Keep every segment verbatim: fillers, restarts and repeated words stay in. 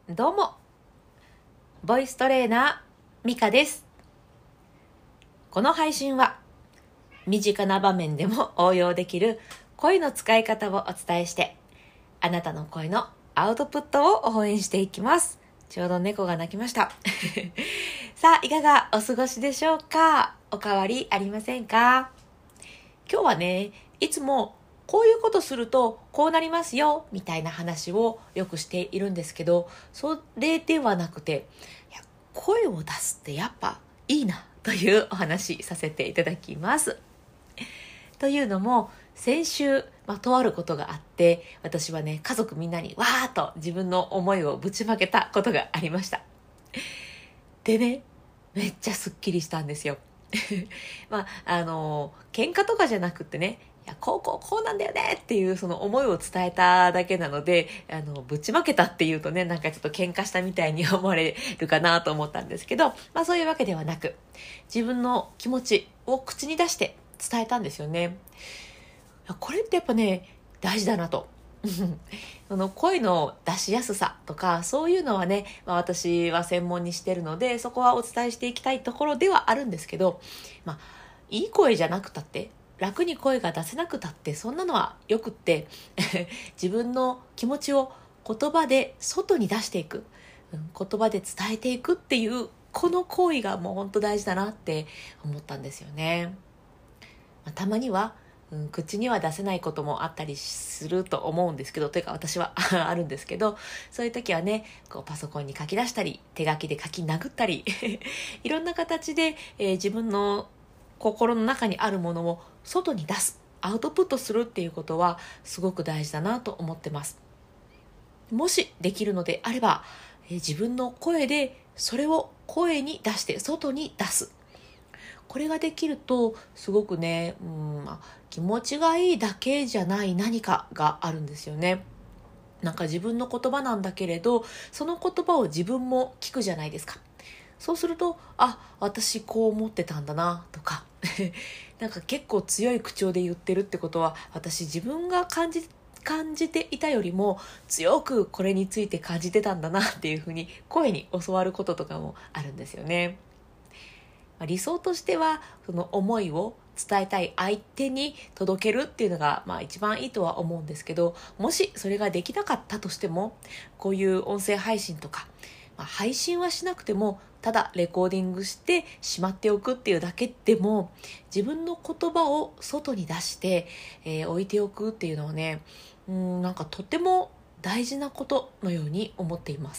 どうも、ボイストレーナーミカです。この配信は身近な場面でも応用できる声の使い方をお伝えして、あなたの声のアウトプットを応援していきます。ちょうど猫が鳴きましたさあ、いかがお過ごしでしょうか？お変わりありませんか？今日はね、いつもこういうことするとこうなりますよみたいな話をよくしているんですけど、それではなくて、いや、声を出すってやっぱいいなというお話させていただきます。というのも、先週、まあ、とあることがあって、私はね、家族みんなにわーっと自分の思いをぶちまけたことがありました。でね、めっちゃすっきりしたんですよまあ、あの喧嘩とかじゃなくってね、いや、こうこうこうなんだよねっていうその思いを伝えただけなので、あのぶちまけたっていうとね、なんかちょっと喧嘩したみたいに思われるかなと思ったんですけど、まあそういうわけではなく、自分の気持ちを口に出して伝えたんですよね。これってやっぱね、大事だなとその声の出しやすさとかそういうのはね、まあ、私は専門にしてるので、そこはお伝えしていきたいところではあるんですけど、まあ、いい声じゃなくたって楽に声が出せなくたってそんなのはよくって自分の気持ちを言葉で外に出していく、うん、言葉で伝えていくっていうこの行為がもう本当大事だなって思ったんですよね。まあ、たまにはうん、口には出せないこともあったりすると思うんですけど、というか私はあるんですけど、そういう時はね、こうパソコンに書き出したり、手書きで書き殴ったりいろんな形で、えー自分の心の中にあるものを外に出す、アウトプットするっていうことはすごく大事だなと思ってます。もしできるのであれば、えー自分の声でそれを声に出して外に出す、これができるとすごくね、うん、まあ、気持ちがいいだけじゃない何かがあるんですよね。なんか自分の言葉なんだけれど、その言葉を自分も聞くじゃないですか。そうすると、あ、私こう思ってたんだなとかなんか結構強い口調で言ってるってことは、私自分が感じ感じていたよりも強くこれについて感じてたんだなっていうふうに声に教わることとかもあるんですよね。理想としてはその思いを伝えたい相手に届けるっていうのが、まあ、一番いいとは思うんですけど、もしそれができなかったとしても、こういう音声配信とか、まあ、配信はしなくてもただレコーディングしてしまっておくっていうだけでも、自分の言葉を外に出して、えー置いておくっていうのはね、うん、なんかとても大事なことのように思っています。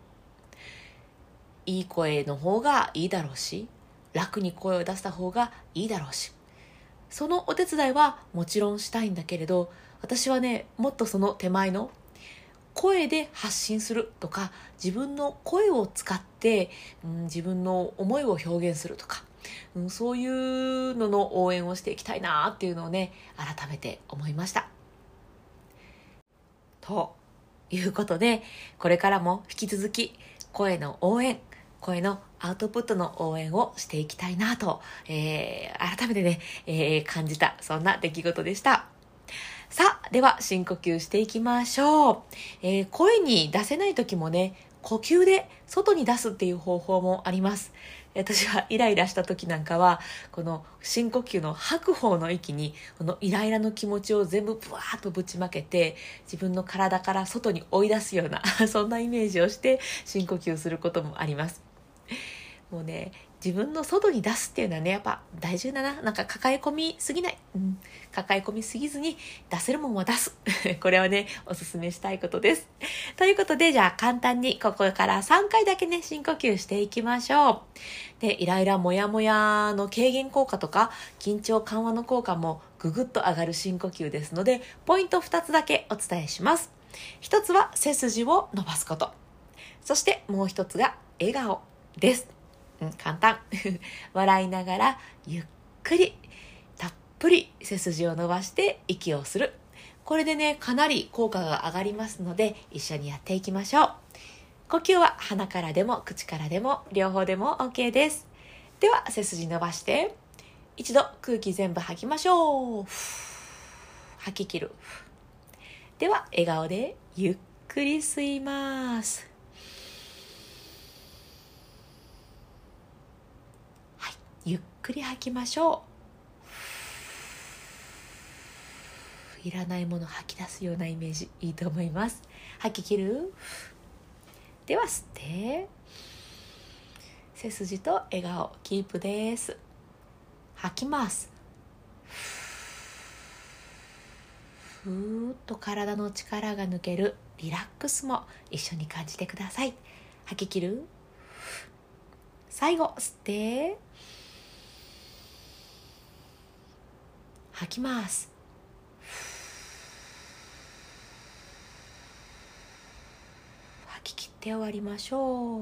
いい声の方がいいだろうし、楽に声を出した方がいいだろうし、そのお手伝いはもちろんしたいんだけれど、私はね、もっとその手前の声で発信するとか、自分の声を使って、うん、自分の思いを表現するとか、うん、そういうのの応援をしていきたいなっていうのをね、改めて思いました。ということで、これからも引き続き声の応援、声のアウトプットの応援をしていきたいなと、えー、改めてね、えー、感じた、そんな出来事でした。さあ、では深呼吸していきましょう。えー、声に出せない時もね、呼吸で外に出すっていう方法もあります。私はイライラした時なんかは、この深呼吸の吐く方の息に、このイライラの気持ちを全部ブワーッとぶちまけて、自分の体から外に追い出すようなそんなイメージをして深呼吸することもあります。もうね、自分の外に出すっていうのはね、やっぱ大事だな。なんか抱え込みすぎない。うん、抱え込みすぎずに出せるものは出す。これはね、おすすめしたいことです。ということで、じゃあ簡単にここからさんかいだけね、深呼吸していきましょう。で、イライラモヤモヤの軽減効果とか、緊張緩和の効果もぐぐっと上がる深呼吸ですので、ポイントふたつだけお伝えします。ひとつは背筋を伸ばすこと。そしてもうひとつが笑顔です。うん、簡単笑いながらゆっくりたっぷり背筋を伸ばして息をする。これでね、かなり効果が上がりますので、一緒にやっていきましょう。呼吸は鼻からでも口からでも両方でも OK です。では背筋伸ばして一度空気全部吐きましょう。吐き切る。では笑顔でゆっくり吸います。 ゆっくり吐きましょう。いらないもの吐き出すようなイメージいいと思います。吐き切る。では吸って、背筋と笑顔キープです。吐きます。ふーっと体の力が抜けるリラックスも一緒に感じてください。吐き切る。最後吸って吐きます。吐き切って終わりましょう。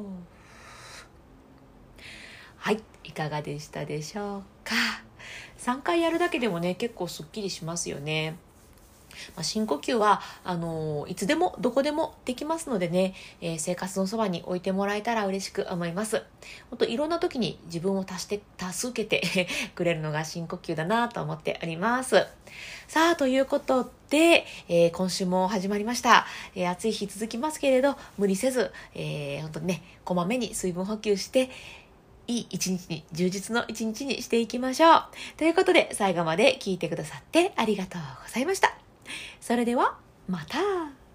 はい、いかがでしたでしょうか。さんかいやるだけでもね、結構すっきりしますよね。まあ、深呼吸はあのー、いつでもどこでもできますのでね、えー、生活のそばに置いてもらえたら嬉しく思います。本当いろんな時に自分を助けて助けてくれるのが深呼吸だなと思っております。さあ、ということで、えー、今週も始まりました。えー、暑い日続きますけれど、無理せず、えー、本当にね、こまめに水分補給していい一日に、充実の一日にしていきましょう。ということで、最後まで聞いてくださってありがとうございました。それではまた。